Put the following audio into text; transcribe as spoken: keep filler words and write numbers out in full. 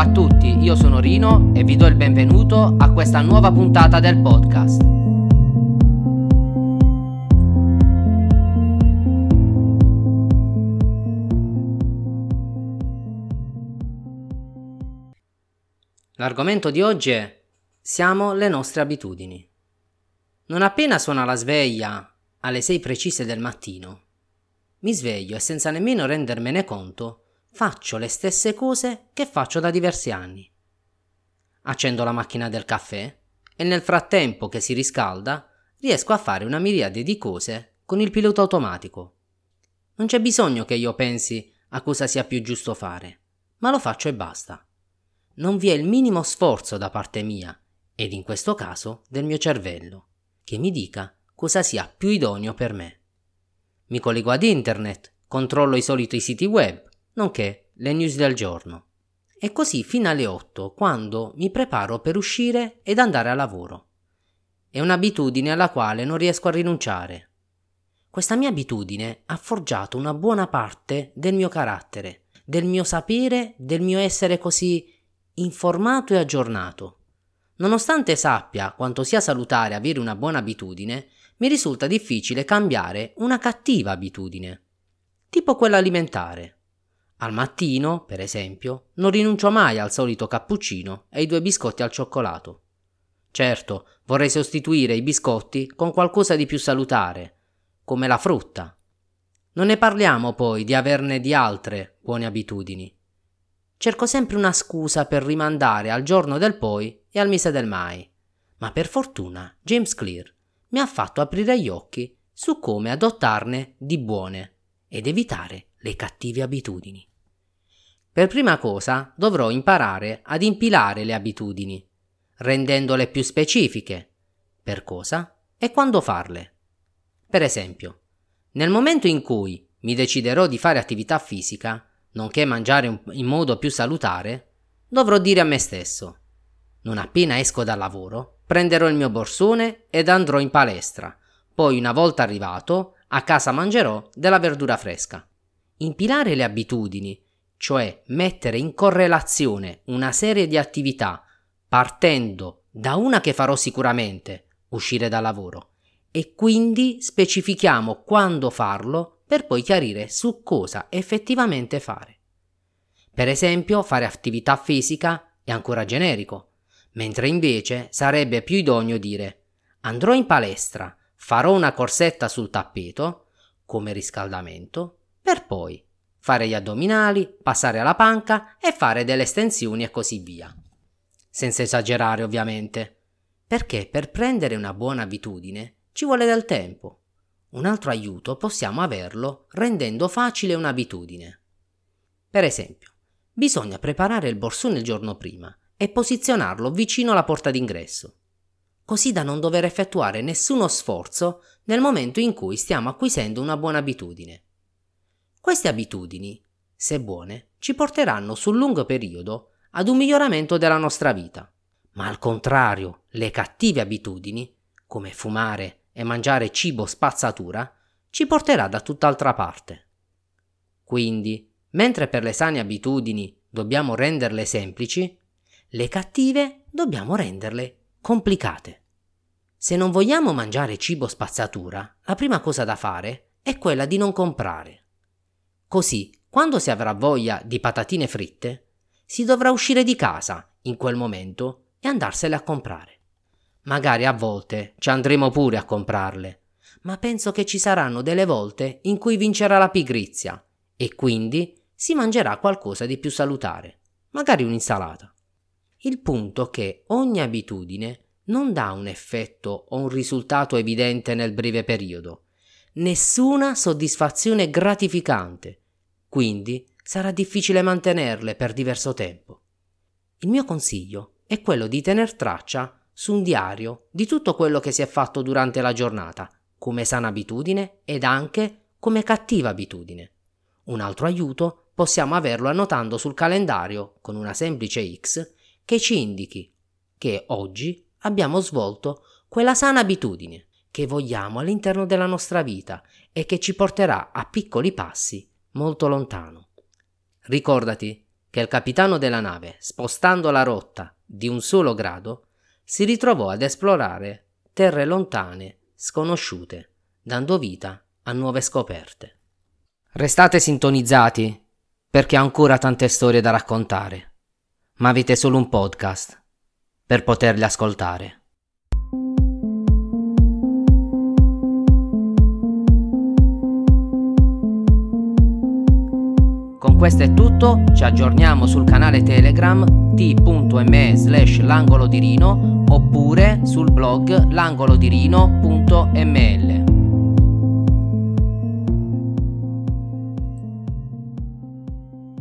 a tutti, io sono Rino e vi do il benvenuto a questa nuova puntata del podcast. L'argomento di oggi è: siamo le nostre abitudini. Non appena suona la sveglia alle sei precise del mattino, mi sveglio e senza nemmeno rendermene conto faccio le stesse cose che faccio da diversi anni. Accendo la macchina del caffè e nel frattempo che si riscalda riesco a fare una miriade di cose con il pilota automatico. Non c'è bisogno che io pensi a cosa sia più giusto fare, ma lo faccio e basta. Non vi è il minimo sforzo da parte mia, ed in questo caso del mio cervello, che mi dica cosa sia più idoneo per me. Mi collego ad internet, controllo i soliti siti web, nonché le news del giorno. E così fino alle otto, quando mi preparo per uscire ed andare a lavoro. È un'abitudine alla quale non riesco a rinunciare. Questa mia abitudine ha forgiato una buona parte del mio carattere, del mio sapere, del mio essere così informato e aggiornato. Nonostante sappia quanto sia salutare avere una buona abitudine, mi risulta difficile cambiare una cattiva abitudine, tipo quella alimentare. Al mattino, per esempio, non rinuncio mai al solito cappuccino e ai due biscotti al cioccolato. Certo, vorrei sostituire i biscotti con qualcosa di più salutare, come la frutta. Non ne parliamo poi di averne di altre buone abitudini. Cerco sempre una scusa per rimandare al giorno del poi e al mese del mai, ma per fortuna James Clear mi ha fatto aprire gli occhi su come adottarne di buone ed evitare le cattive abitudini. Per prima cosa dovrò imparare ad impilare le abitudini, rendendole più specifiche, per cosa e quando farle. Per esempio, nel momento in cui mi deciderò di fare attività fisica, nonché mangiare in modo più salutare, dovrò dire a me stesso: non appena esco dal lavoro, prenderò il mio borsone ed andrò in palestra, poi una volta arrivato, a casa mangerò della verdura fresca. Impilare le abitudini, cioè mettere in correlazione una serie di attività, partendo da una che farò sicuramente, uscire dal lavoro, e quindi specifichiamo quando farlo per poi chiarire su cosa effettivamente fare. Per esempio, fare attività fisica è ancora generico, mentre invece sarebbe più idoneo dire: andrò in palestra, farò una corsetta sul tappeto, come riscaldamento, per poi fare gli addominali, passare alla panca e fare delle estensioni e così via. Senza esagerare, ovviamente, perché per prendere una buona abitudine ci vuole del tempo. Un altro aiuto possiamo averlo rendendo facile un'abitudine. Per esempio, bisogna preparare il borsone il giorno prima e posizionarlo vicino alla porta d'ingresso, così da non dover effettuare nessuno sforzo nel momento in cui stiamo acquisendo una buona abitudine. Queste abitudini, se buone, ci porteranno sul lungo periodo ad un miglioramento della nostra vita, ma al contrario, le cattive abitudini, come fumare e mangiare cibo spazzatura, ci porterà da tutt'altra parte. Quindi, mentre per le sane abitudini dobbiamo renderle semplici, le cattive dobbiamo renderle complicate. Se non vogliamo mangiare cibo spazzatura, la prima cosa da fare è quella di non comprare. Così, quando si avrà voglia di patatine fritte, si dovrà uscire di casa in quel momento e andarsele a comprare. Magari a volte ci andremo pure a comprarle, ma penso che ci saranno delle volte in cui vincerà la pigrizia e quindi si mangerà qualcosa di più salutare, magari un'insalata. Il punto è che ogni abitudine non dà un effetto o un risultato evidente nel breve periodo, nessuna soddisfazione gratificante, quindi sarà difficile mantenerle per diverso tempo. Il mio consiglio è quello di tener traccia su un diario di tutto quello che si è fatto durante la giornata, come sana abitudine ed anche come cattiva abitudine. Un altro aiuto possiamo averlo annotando sul calendario con una semplice X che ci indichi che oggi abbiamo svolto quella sana abitudine che vogliamo all'interno della nostra vita e che ci porterà a piccoli passi molto lontano. Ricordati che il capitano della nave, spostando la rotta di un solo grado, si ritrovò ad esplorare terre lontane, sconosciute, dando vita a nuove scoperte. Restate sintonizzati perché ho ancora tante storie da raccontare, ma avete solo un podcast per poterle ascoltare. Con questo è tutto, ci aggiorniamo sul canale Telegram t.me slash l'angolo di Rino oppure sul blog langolodirino punto emme elle.